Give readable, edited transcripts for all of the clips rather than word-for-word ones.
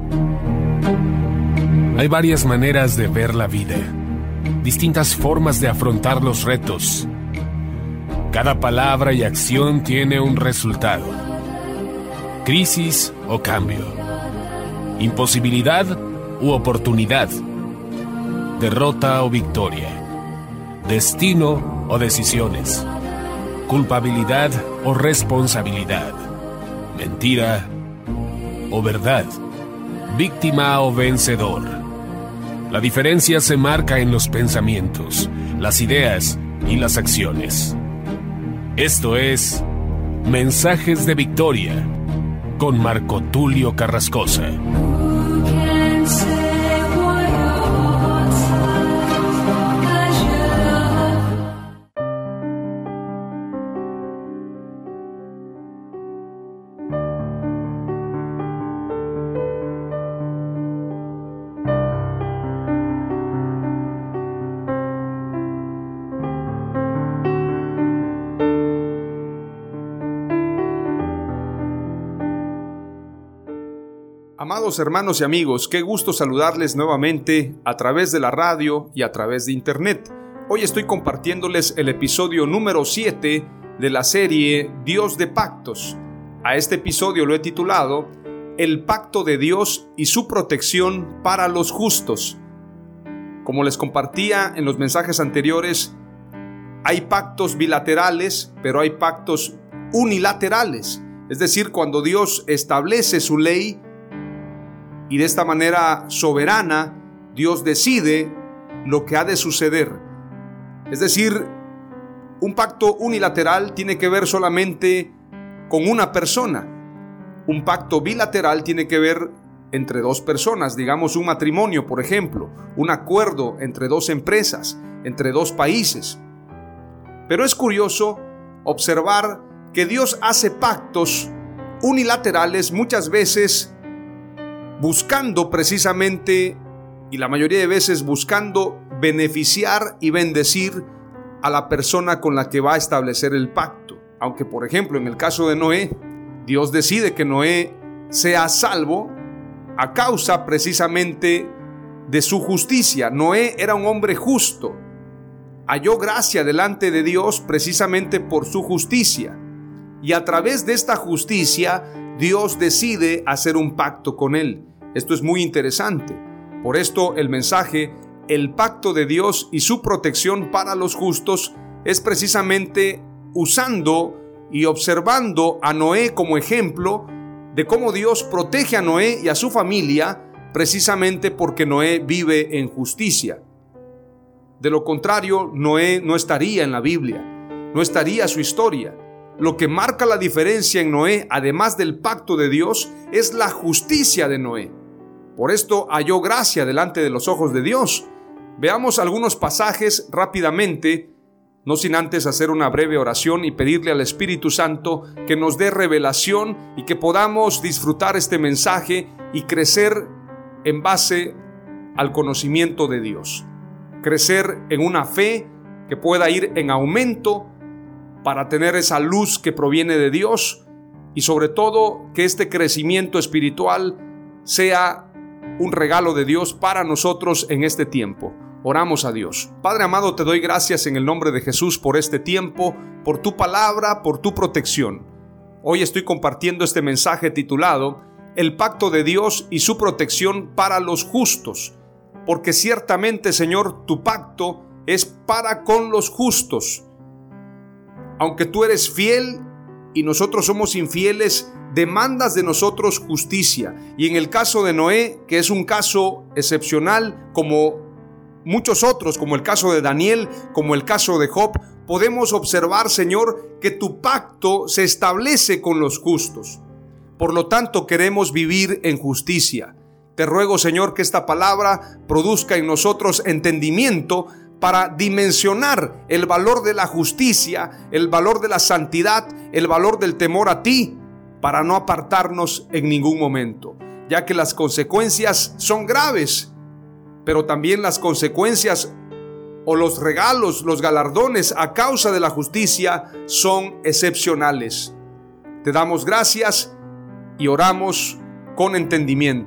Hay varias maneras de ver la vida, distintas formas de afrontar los retos. Cada palabra y acción tiene un resultado. Crisis o cambio. Imposibilidad u oportunidad. Derrota o victoria. Destino o decisiones. Culpabilidad o responsabilidad. Mentira o verdad. Víctima o vencedor. La diferencia se marca en los pensamientos, las ideas y las acciones. Esto es Mensajes de Victoria con Marco Tulio Carrascosa. Amados hermanos y amigos, qué gusto saludarles nuevamente a través de la radio y a través de internet. Hoy estoy compartiéndoles el episodio número 7 de la serie Dios de Pactos. A este episodio lo he titulado El Pacto de Dios y su protección para los justos. Como les compartía en los mensajes anteriores, hay pactos bilaterales, pero hay pactos unilaterales. Es decir, cuando Dios establece su ley, y de esta manera soberana, Dios decide lo que ha de suceder. Es decir, un pacto unilateral tiene que ver solamente con una persona. Un pacto bilateral tiene que ver entre dos personas, digamos un matrimonio, por ejemplo, un acuerdo entre dos empresas, entre dos países. Pero es curioso observar que Dios hace pactos unilaterales muchas veces buscando precisamente, y la mayoría de veces buscando beneficiar y bendecir a la persona con la que va a establecer el pacto. Aunque, por ejemplo, en el caso de Noé, Dios decide que Noé sea salvo a causa precisamente de su justicia. Noé era un hombre justo, halló gracia delante de Dios precisamente por su justicia, y a través de esta justicia Dios decide hacer un pacto con él. Esto es muy interesante. Por esto el mensaje, el pacto de Dios y su protección para los justos, es precisamente usando y observando a Noé como ejemplo de cómo Dios protege a Noé y a su familia precisamente porque Noé vive en justicia. De lo contrario, Noé no estaría en la Biblia, no estaría su historia. Lo que marca la diferencia en Noé, además del pacto de Dios, es la justicia de Noé. Por esto halló gracia delante de los ojos de Dios. Veamos algunos pasajes rápidamente, no sin antes hacer una breve oración y pedirle al Espíritu Santo que nos dé revelación y que podamos disfrutar este mensaje y crecer en base al conocimiento de Dios. Crecer en una fe que pueda ir en aumento para tener esa luz que proviene de Dios, y sobre todo que este crecimiento espiritual sea un regalo de Dios para nosotros en este tiempo. Oramos a Dios. Padre amado, te doy gracias en el nombre de Jesús por este tiempo, por tu palabra, por tu protección. Hoy estoy compartiendo este mensaje titulado El Pacto de Dios y su protección para los justos, porque ciertamente, Señor, tu pacto es para con los justos. Aunque tú eres fiel y nosotros somos infieles, demandas de nosotros justicia. Y en el caso de Noé, que es un caso excepcional, como muchos otros, como el caso de Daniel, como el caso de Job, podemos observar, Señor, que tu pacto se establece con los justos. Por lo tanto, queremos vivir en justicia. Te ruego, Señor, que esta palabra produzca en nosotros entendimiento para dimensionar el valor de la justicia, el valor de la santidad, el valor del temor a ti, para no apartarnos en ningún momento, ya que las consecuencias son graves, pero también las consecuencias o los regalos, los galardones a causa de la justicia son excepcionales. Te damos gracias y oramos con entendimiento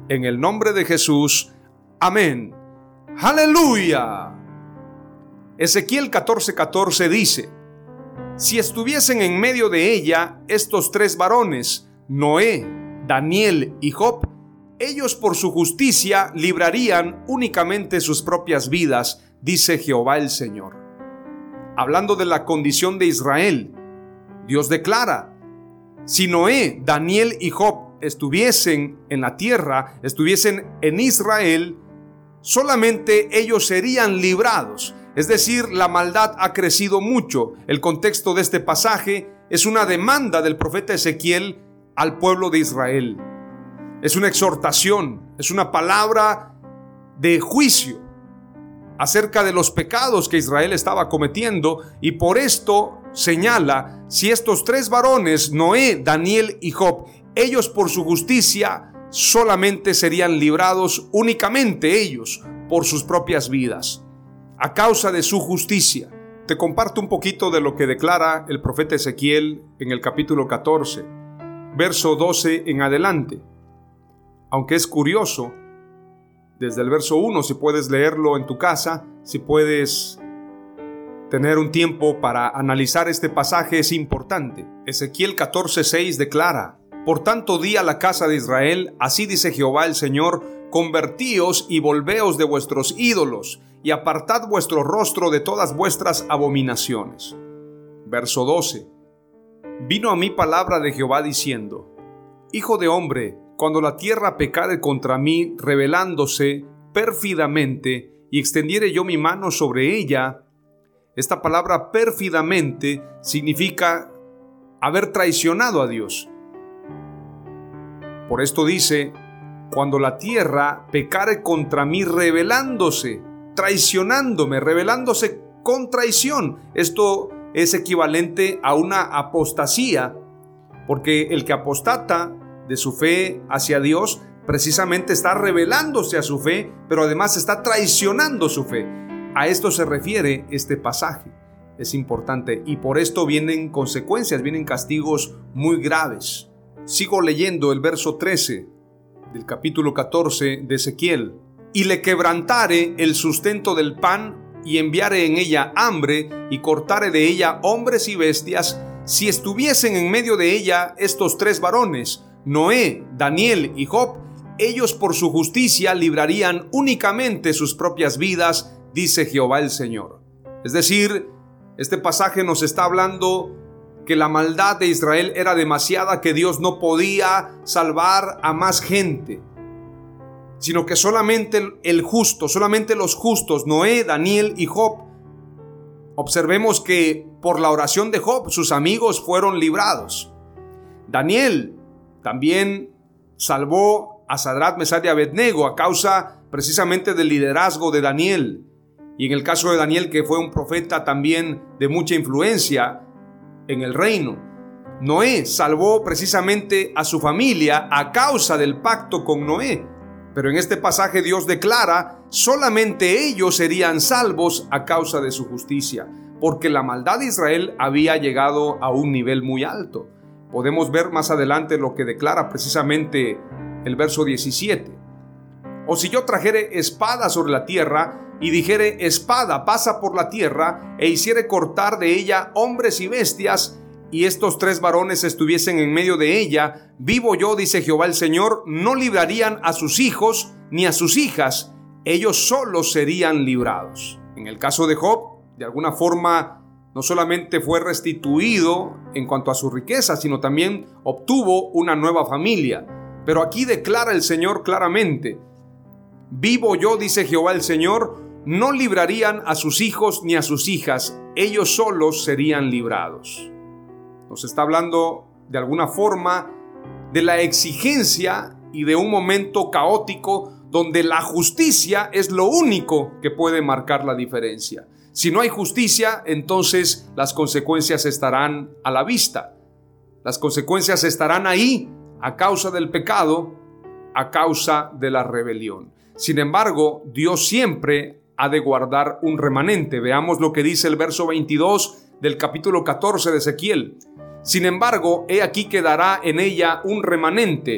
En el nombre de Jesús. Amén. ¡Aleluya! Ezequiel 14:14 dice: si estuviesen en medio de ella estos tres varones, Noé, Daniel y Job, ellos por su justicia librarían únicamente sus propias vidas, dice Jehová el Señor. Hablando de la condición de Israel, Dios declara: si Noé, Daniel y Job estuviesen en la tierra, estuviesen en Israel, solamente ellos serían librados. Es decir, la maldad ha crecido mucho. El contexto de este pasaje es una demanda del profeta Ezequiel al pueblo de Israel. Es una exhortación, es una palabra de juicio acerca de los pecados que Israel estaba cometiendo, y por esto señala: si estos tres varones, Noé, Daniel y Job, ellos por su justicia solamente serían librados, únicamente ellos, por sus propias vidas, a causa de su justicia. Te comparto un poquito de lo que declara el profeta Ezequiel en el capítulo 14, verso 12 en adelante. Aunque es curioso, desde el verso 1, si puedes leerlo en tu casa, si puedes tener un tiempo para analizar este pasaje, es importante. Ezequiel 14:6 declara: por tanto di a la casa de Israel, así dice Jehová el Señor, convertíos y volveos de vuestros ídolos, y apartad vuestro rostro de todas vuestras abominaciones. Verso 12. Vino a mí palabra de Jehová diciendo: hijo de hombre, cuando la tierra pecare contra mí, rebelándose pérfidamente, y extendiere yo mi mano sobre ella. Esta palabra pérfidamente significa haber traicionado a Dios. Por esto dice: cuando la tierra pecare contra mí, rebelándose, traicionándome, rebelándose con traición. Esto es equivalente a una apostasía, porque el que apostata de su fe hacia Dios precisamente está rebelándose a su fe, pero además está traicionando su fe. A esto se refiere este pasaje. Es importante, y por esto vienen consecuencias, vienen castigos muy graves. Sigo leyendo el verso 13 del capítulo 14 de Ezequiel. Y le quebrantare el sustento del pan, y enviare en ella hambre, y cortare de ella hombres y bestias, si estuviesen en medio de ella estos tres varones, Noé, Daniel y Job, ellos por su justicia librarían únicamente sus propias vidas, dice Jehová el Señor. Es decir, este pasaje nos está hablando que la maldad de Israel era demasiada, que Dios no podía salvar a más gente, sino que solamente el justo, solamente los justos, Noé, Daniel y Job. Observemos que por la oración de Job, sus amigos fueron librados. Daniel también salvó a Sadrach, Mesach y Abednego a causa precisamente del liderazgo de Daniel. Y en el caso de Daniel, que fue un profeta también de mucha influencia en el reino. Noé salvó precisamente a su familia a causa del pacto con Noé. Pero en este pasaje Dios declara: solamente ellos serían salvos a causa de su justicia, porque la maldad de Israel había llegado a un nivel muy alto. Podemos ver más adelante lo que declara precisamente el verso 17. O si yo trajere espada sobre la tierra, y dijere: espada pasa por la tierra, e hiciere cortar de ella hombres y bestias, y estos tres varones estuviesen en medio de ella, vivo yo, dice Jehová el Señor, no librarían a sus hijos ni a sus hijas, ellos solos serían librados. En el caso de Job, de alguna forma, no solamente fue restituido en cuanto a su riqueza, sino también obtuvo una nueva familia. Pero aquí declara el Señor claramente: vivo yo, dice Jehová el Señor, no librarían a sus hijos ni a sus hijas, ellos solos serían librados. Nos está hablando de alguna forma de la exigencia y de un momento caótico donde la justicia es lo único que puede marcar la diferencia. Si no hay justicia, entonces las consecuencias estarán a la vista. Las consecuencias estarán ahí a causa del pecado, a causa de la rebelión. Sin embargo, Dios siempre ha de guardar un remanente. Veamos lo que dice el verso 22 del capítulo 14 de Ezequiel. Sin embargo, he aquí quedará en ella un remanente,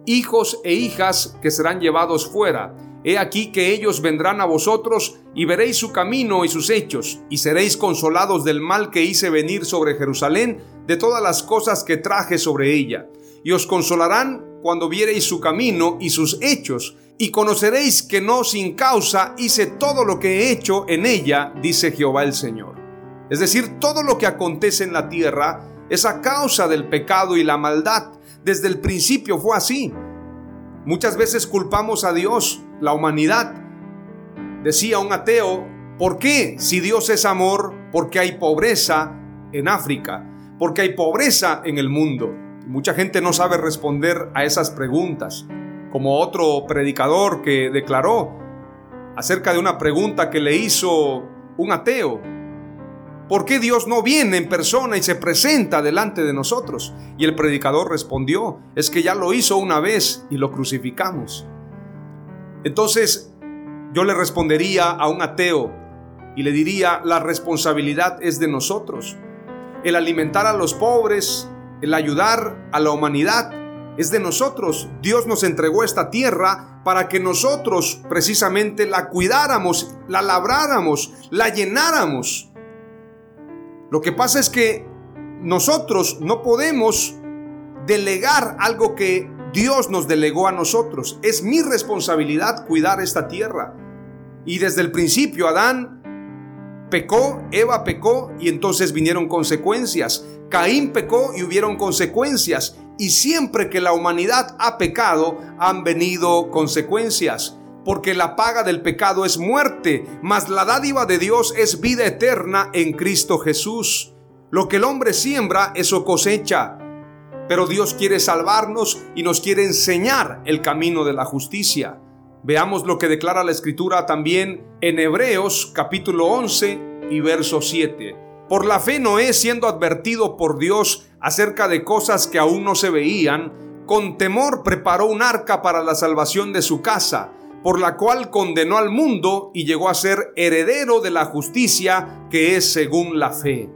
hijos e hijas que serán llevados fuera. He aquí que ellos vendrán a vosotros, y veréis su camino y sus hechos, y seréis consolados del mal que hice venir sobre Jerusalén, de todas las cosas que traje sobre ella. Y os consolarán cuando viereis su camino y sus hechos, y conoceréis que no sin causa hice todo lo que he hecho en ella, dice Jehová el Señor. Es decir, todo lo que acontece en la tierra es a causa del pecado y la maldad. Desde el principio fue así. Muchas veces culpamos a Dios, la humanidad. Decía un ateo, ¿por qué? Si Dios es amor, ¿por qué hay pobreza en África? ¿Por qué hay pobreza en el mundo? Mucha gente no sabe responder a esas preguntas. Como otro predicador que declaró acerca de una pregunta que le hizo un ateo: ¿por qué Dios no viene en persona y se presenta delante de nosotros? Y el predicador respondió: es que ya lo hizo una vez y lo crucificamos. Entonces yo le respondería a un ateo y le diría: la responsabilidad es de nosotros. El alimentar a los pobres, el ayudar a la humanidad, es de nosotros. Dios nos entregó esta tierra para que nosotros precisamente la cuidáramos, la labráramos, la llenáramos. Lo que pasa es que nosotros no podemos delegar algo que Dios nos delegó a nosotros. Es mi responsabilidad cuidar esta tierra. Y desde el principio Adán pecó, Eva pecó, y entonces vinieron consecuencias. Caín pecó y hubieron consecuencias. Y siempre que la humanidad ha pecado, han venido consecuencias. Porque la paga del pecado es muerte, mas la dádiva de Dios es vida eterna en Cristo Jesús. Lo que el hombre siembra, eso cosecha. Pero Dios quiere salvarnos y nos quiere enseñar el camino de la justicia. Veamos lo que declara la Escritura también en Hebreos capítulo 11 y verso 7. Por la fe Noé, siendo advertido por Dios acerca de cosas que aún no se veían, con temor preparó un arca para la salvación de su casa, por la cual condenó al mundo y llegó a ser heredero de la justicia que es según la fe.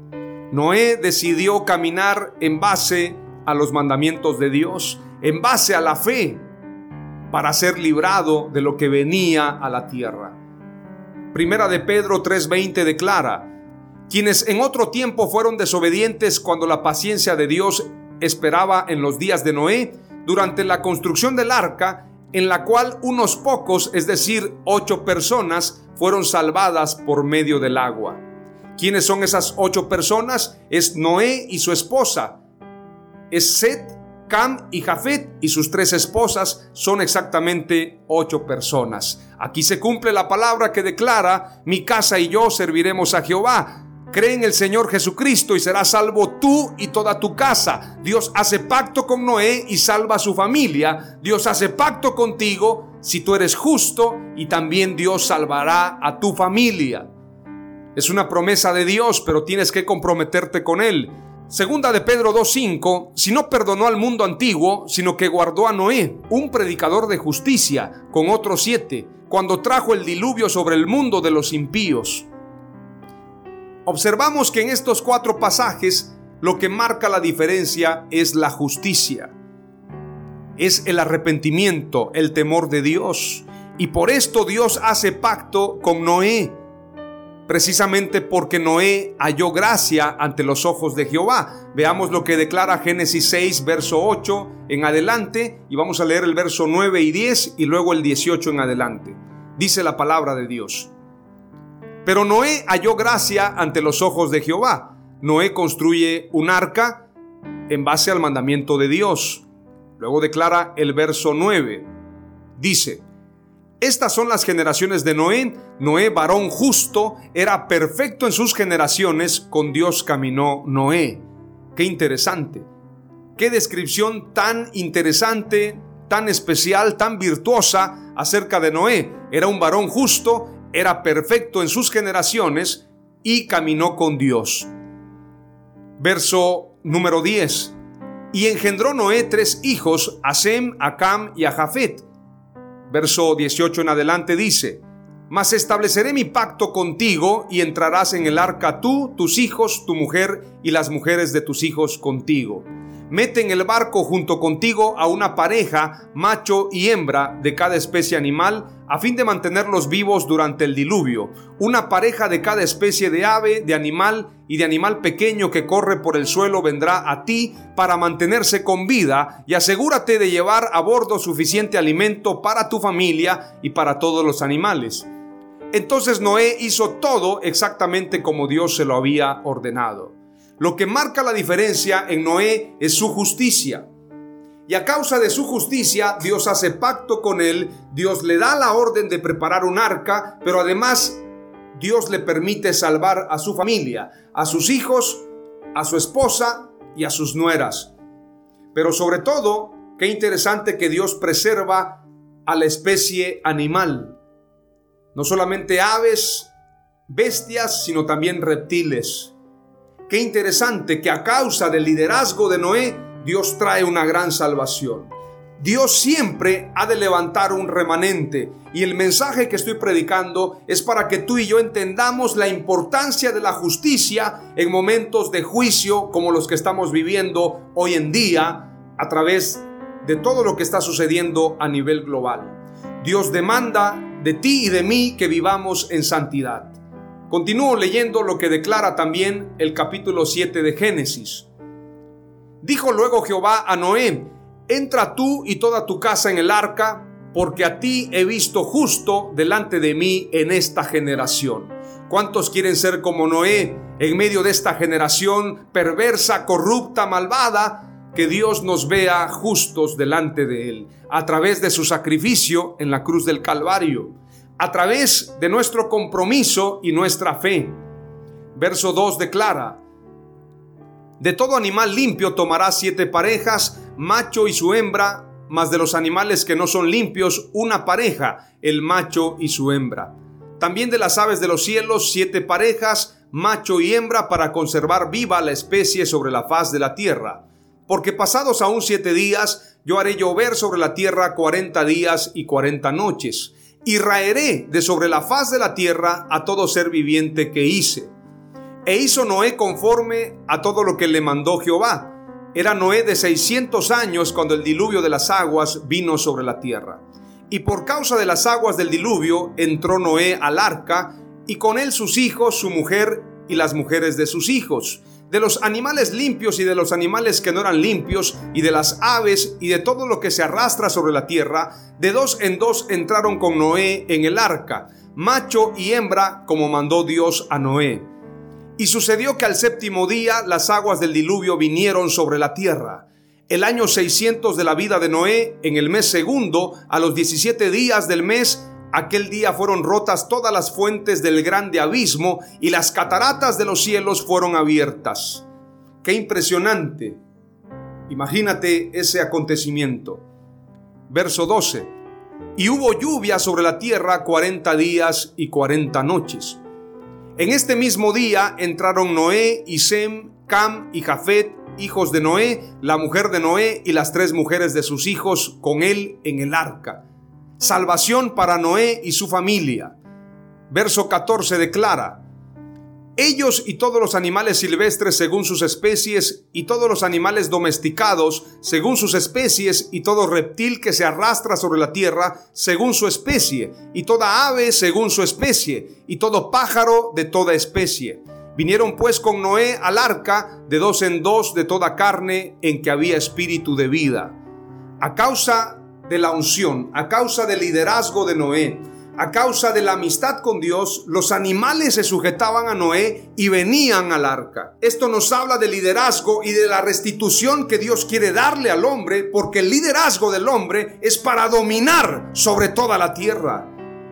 Noé decidió caminar en base a los mandamientos de Dios, en base a la fe, para ser librado de lo que venía a la tierra. Primera de Pedro 3:20 declara: quienes en otro tiempo fueron desobedientes cuando la paciencia de Dios esperaba en los días de Noé, durante la construcción del arca, en la cual unos pocos, es decir, 8 personas, fueron salvadas por medio del agua. ¿Quiénes son esas 8 personas? Es Noé y su esposa. Es Set, Cam y Jafet, y sus 3 esposas. Son exactamente 8 personas. Aquí se cumple la palabra que declara: mi casa y yo serviremos a Jehová. Cree en el Señor Jesucristo y serás salvo tú y toda tu casa. Dios hace pacto con Noé y salva a su familia. Dios hace pacto contigo si tú eres justo, y también Dios salvará a tu familia. Es una promesa de Dios, pero tienes que comprometerte con Él. Segunda de Pedro 2:5: si no perdonó al mundo antiguo, sino que guardó a Noé, un predicador de justicia, con otros 7, cuando trajo el diluvio sobre el mundo de los impíos. Observamos que en estos 4 pasajes lo que marca la diferencia es la justicia. Es el arrepentimiento, el temor de Dios. Y por esto Dios hace pacto con Noé, precisamente porque Noé halló gracia ante los ojos de Jehová. Veamos lo que declara Génesis 6, verso 8 en adelante, y vamos a leer el verso 9 y 10 y luego el 18 en adelante. Dice la palabra de Dios: pero Noé halló gracia ante los ojos de Jehová. Noé construye un arca en base al mandamiento de Dios. Luego declara el verso 9. Dice: estas son las generaciones de Noé. Noé, varón justo, era perfecto en sus generaciones. Con Dios caminó Noé. Qué interesante. Qué descripción tan interesante, tan especial, tan virtuosa acerca de Noé. Era un varón justo, era perfecto en sus generaciones y caminó con Dios. Verso número 10. Y engendró Noé 3 hijos, a Sem, a Cam y a Jafet. Verso 18 en adelante dice: mas estableceré mi pacto contigo y entrarás en el arca tú, tus hijos, tu mujer y las mujeres de tus hijos contigo. mete en el barco junto contigo a una pareja, macho y hembra de cada especie animal, a fin de mantenerlos vivos durante el diluvio. Una pareja de cada especie de ave, de animal y de animal pequeño que corre por el suelo vendrá a ti para mantenerse con vida, y asegúrate de llevar a bordo suficiente alimento para tu familia y para todos los animales. Entonces Noé hizo todo exactamente como Dios se lo había ordenado. Lo que marca la diferencia en Noé es su justicia. Y a causa de su justicia, Dios hace pacto con él, Dios le da la orden de preparar un arca, pero además Dios le permite salvar a su familia, a sus hijos, a su esposa y a sus nueras. Pero sobre todo, qué interesante que Dios preserva a la especie animal. No solamente aves, bestias, sino también reptiles. Qué interesante que a causa del liderazgo de Noé, Dios trae una gran salvación. Dios siempre ha de levantar un remanente, y el mensaje que estoy predicando es para que tú y yo entendamos la importancia de la justicia en momentos de juicio como los que estamos viviendo hoy en día a través de todo lo que está sucediendo a nivel global. Dios demanda de ti y de mí que vivamos en santidad. Continúo leyendo lo que declara también el capítulo 7 de Génesis. Dijo luego Jehová a Noé: entra tú y toda tu casa en el arca, porque a ti he visto justo delante de mí en esta generación. ¿Cuántos quieren ser como Noé en medio de esta generación perversa, corrupta, malvada? Que Dios nos vea justos delante de Él, a través de su sacrificio en la cruz del Calvario, a través de nuestro compromiso y nuestra fe. Verso 2 declara: de todo animal limpio tomarás 7 parejas, macho y su hembra, mas de los animales que no son limpios, una pareja, el macho y su hembra. También de las aves de los cielos 7 parejas, macho y hembra, para conservar viva la especie sobre la faz de la tierra. Porque pasados aún 7 días, yo haré llover sobre la tierra 40 días y 40 noches, y raeré de sobre la faz de la tierra a todo ser viviente que hice. E hizo Noé conforme a todo lo que le mandó Jehová. Era Noé de 600 años cuando el diluvio de las aguas vino sobre la tierra. Y por causa de las aguas del diluvio entró Noé al arca, y con él sus hijos, su mujer y las mujeres de sus hijos. De los animales limpios y de los animales que no eran limpios, y de las aves y de todo lo que se arrastra sobre la tierra, de 2 en 2 entraron con Noé en el arca, macho y hembra, como mandó Dios a Noé. Y sucedió que al 7º día las aguas del diluvio vinieron sobre la tierra. El año 600 de la vida de Noé, en el mes segundo, a los 17 días del mes, aquel día fueron rotas todas las fuentes del grande abismo, y las cataratas de los cielos fueron abiertas. ¡Qué impresionante! Imagínate ese acontecimiento. Verso 12. Y hubo lluvia sobre la tierra 40 días y 40 noches. En este mismo día entraron Noé y Sem, Cam y Jafet, hijos de Noé, la mujer de Noé y las 3 mujeres de sus hijos con él en el arca. Salvación para Noé y su familia. Verso 14 declara: ellos y todos los animales silvestres según sus especies, y todos los animales domesticados según sus especies, y todo reptil que se arrastra sobre la tierra según su especie, y toda ave según su especie, y todo pájaro de toda especie. Vinieron pues con Noé al arca de 2 en 2 de toda carne en que había espíritu de vida. A causa de la unción, a causa del liderazgo de Noé, a causa de la amistad con Dios, los animales se sujetaban a Noé y venían al arca. Esto nos habla del liderazgo y de la restitución que Dios quiere darle al hombre, porque el liderazgo del hombre es para dominar sobre toda la tierra.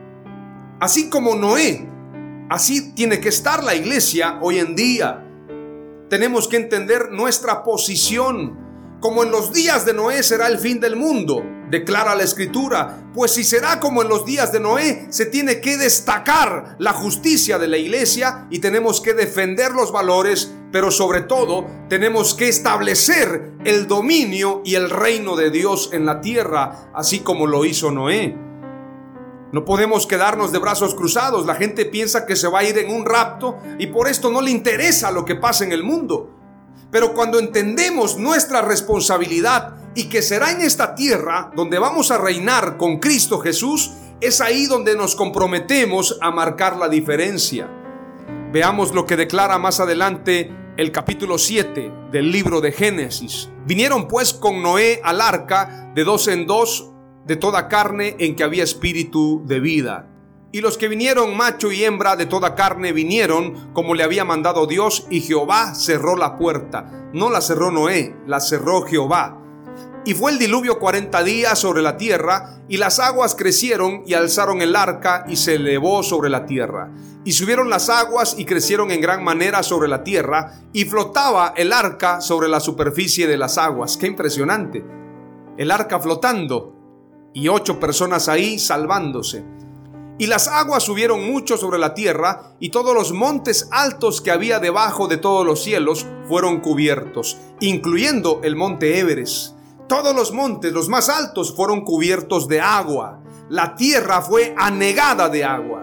Así como Noé, así tiene que estar la iglesia hoy en día. Tenemos que entender nuestra posición. Como en los días de Noé será el fin del mundo, declara la Escritura. Pues si será como en los días de Noé, se tiene que destacar la justicia de la iglesia y tenemos que defender los valores, pero sobre todo tenemos que establecer el dominio y el reino de Dios en la tierra, así como lo hizo Noé. No podemos quedarnos de brazos cruzados. La gente piensa que se va a ir en un rapto y por esto no le interesa lo que pasa en el mundo. Pero cuando entendemos nuestra responsabilidad y que será en esta tierra donde vamos a reinar con Cristo Jesús, es ahí donde nos comprometemos a marcar la diferencia. Veamos lo que declara más adelante el capítulo 7 del libro de Génesis. Vinieron pues con Noé al arca de 2 en 2 de toda carne en que había espíritu de vida. Y los que vinieron macho y hembra de toda carne vinieron como le había mandado Dios, y Jehová cerró la puerta. No la cerró Noé, la cerró Jehová. Y fue el diluvio 40 días sobre la tierra, y las aguas crecieron y alzaron el arca y se elevó sobre la tierra. Y subieron las aguas y crecieron en gran manera sobre la tierra, y flotaba el arca sobre la superficie de las aguas. ¡Qué impresionante! El arca flotando y 8 personas ahí salvándose. Y las aguas subieron mucho sobre la tierra, y todos los montes altos que había debajo de todos los cielos fueron cubiertos, incluyendo el monte Everest. Todos los montes, los más altos, fueron cubiertos de agua. La tierra fue anegada de agua.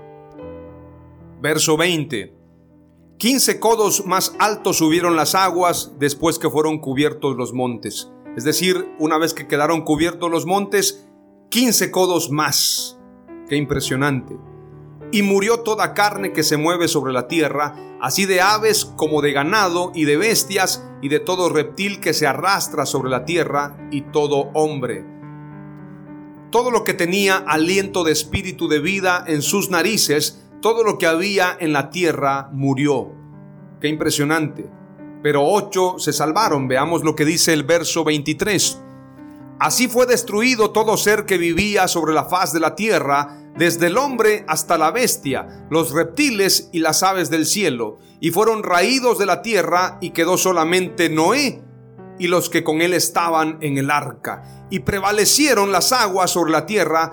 Verso 20. 15 codos más altos subieron las aguas después que fueron cubiertos los montes. Es decir, una vez que quedaron cubiertos los montes, 15 codos más. ¡Qué impresionante! Y murió toda carne que se mueve sobre la tierra, así de aves como de ganado y de bestias y de todo reptil que se arrastra sobre la tierra y todo hombre. Todo lo que tenía aliento de espíritu de vida en sus narices, todo lo que había en la tierra murió. ¡Qué impresionante! Pero 8 se salvaron. Veamos lo que dice el verso 23. Así fue destruido todo ser que vivía sobre la faz de la tierra, desde el hombre hasta la bestia, los reptiles y las aves del cielo, y fueron raídos de la tierra, y quedó solamente Noé y los que con él estaban en el arca. Y prevalecieron las aguas sobre la tierra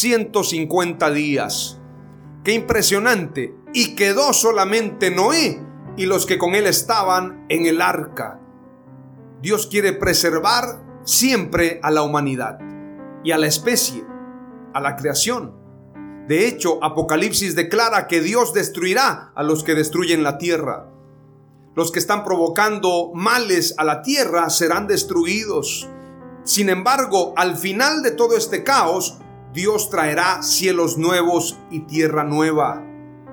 150 días. ¡Qué impresionante! Y quedó solamente Noé y los que con él estaban en el arca. Dios quiere preservar siempre a la humanidad y a la especie, a la creación. De hecho, Apocalipsis declara que Dios destruirá a los que destruyen la tierra. Los que están provocando males a la tierra serán destruidos. Sin embargo, al final de todo este caos, Dios traerá cielos nuevos y tierra nueva.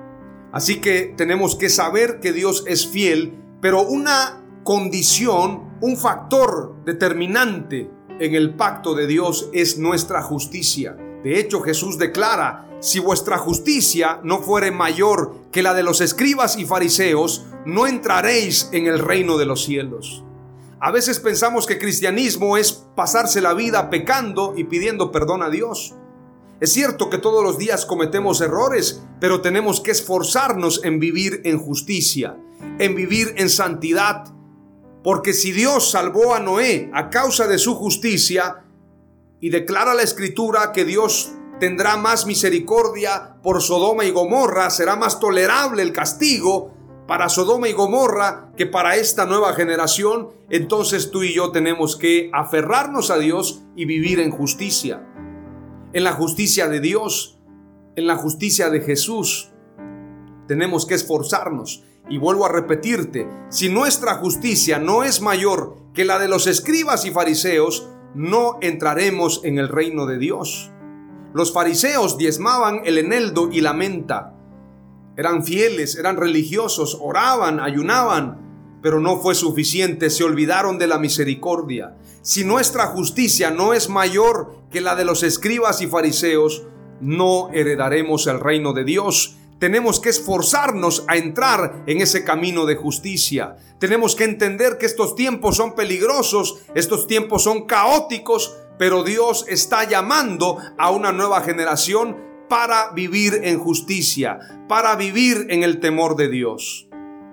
Así que tenemos que saber que Dios es fiel, pero una condición, un factor determinante en el pacto de Dios es nuestra justicia. De hecho, Jesús declara: si vuestra justicia no fuere mayor que la de los escribas y fariseos, no entraréis en el reino de los cielos. A veces pensamos que cristianismo es pasarse la vida pecando y pidiendo perdón a Dios. Es cierto que todos los días cometemos errores, pero tenemos que esforzarnos en vivir en justicia, en vivir en santidad. Porque si Dios salvó a Noé a causa de su justicia, y declara la Escritura que Dios tendrá más misericordia por Sodoma y Gomorra, será más tolerable el castigo para Sodoma y Gomorra que para esta nueva generación, entonces tú y yo tenemos que aferrarnos a Dios y vivir en justicia. En la justicia de Dios, en la justicia de Jesús, tenemos que esforzarnos. Y vuelvo a repetirte, si nuestra justicia no es mayor que la de los escribas y fariseos, no entraremos en el reino de Dios. Los fariseos diezmaban el eneldo y la menta. Eran fieles, eran religiosos, oraban, ayunaban, pero no fue suficiente, se olvidaron de la misericordia. Si nuestra justicia no es mayor que la de los escribas y fariseos, no heredaremos el reino de Dios. Tenemos que esforzarnos a entrar en ese camino de justicia. Tenemos que entender que estos tiempos son peligrosos, estos tiempos son caóticos, pero Dios está llamando a una nueva generación para vivir en justicia, para vivir en el temor de Dios.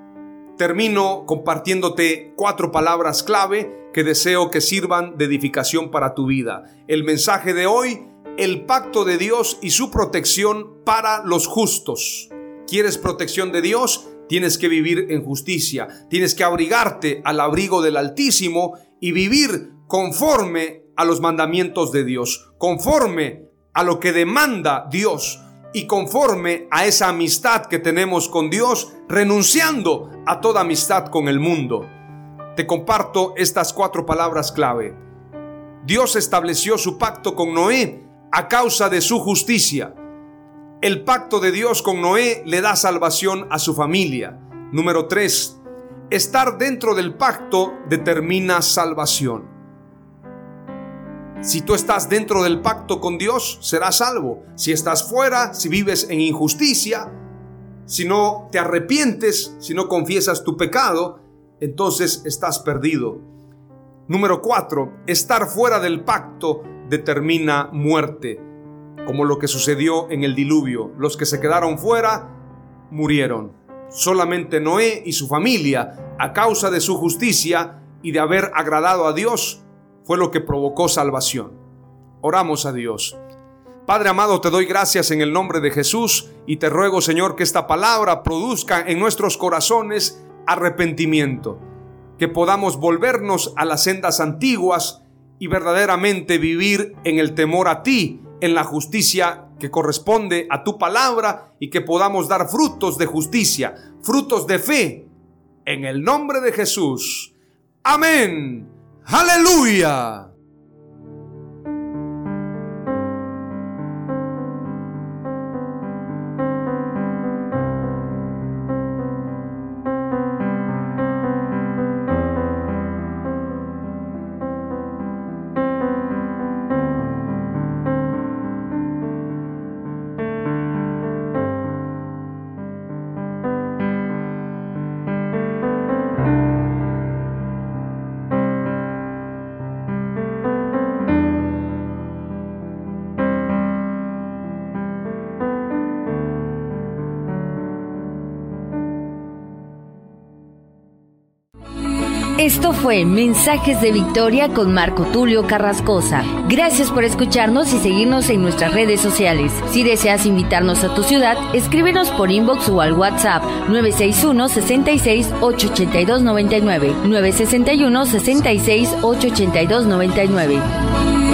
Termino compartiéndote 4 palabras clave que deseo que sirvan de edificación para tu vida. El mensaje de hoy: el pacto de Dios y su protección para los justos. ¿Quieres protección de Dios? Tienes que vivir en justicia. Tienes que abrigarte al abrigo del Altísimo y vivir conforme a los mandamientos de Dios, conforme a lo que demanda Dios y conforme a esa amistad que tenemos con Dios, renunciando a toda amistad con el mundo. te comparto estas 4 palabras clave. Dios estableció su pacto con Noé a causa de su justicia. El pacto de Dios con Noé le da salvación a su familia. Número 3. Estar dentro del pacto determina salvación. Si tú estás dentro del pacto con Dios, serás salvo. Si estás fuera, si vives en injusticia, si no te arrepientes, si no confiesas tu pecado, entonces estás perdido. Número 4. Estar fuera del pacto determina muerte, como lo que sucedió en el diluvio. Los que se quedaron fuera murieron. Solamente Noé y su familia, a causa de su justicia y de haber agradado a Dios, fue lo que provocó salvación. Oramos a Dios. Padre amado, te doy gracias en el nombre de Jesús y te ruego, Señor, que esta palabra produzca en nuestros corazones arrepentimiento, que podamos volvernos a las sendas antiguas y verdaderamente vivir en el temor a ti, en la justicia que corresponde a tu palabra, y que podamos dar frutos de justicia, frutos de fe, en el nombre de Jesús. Amén. ¡Aleluya! Esto fue Mensajes de Victoria con Marco Tulio Carrascosa. Gracias por escucharnos y seguirnos en nuestras redes sociales. Si deseas invitarnos a tu ciudad, escríbenos por inbox o al WhatsApp 961-66-882-99, 961-66-882-99.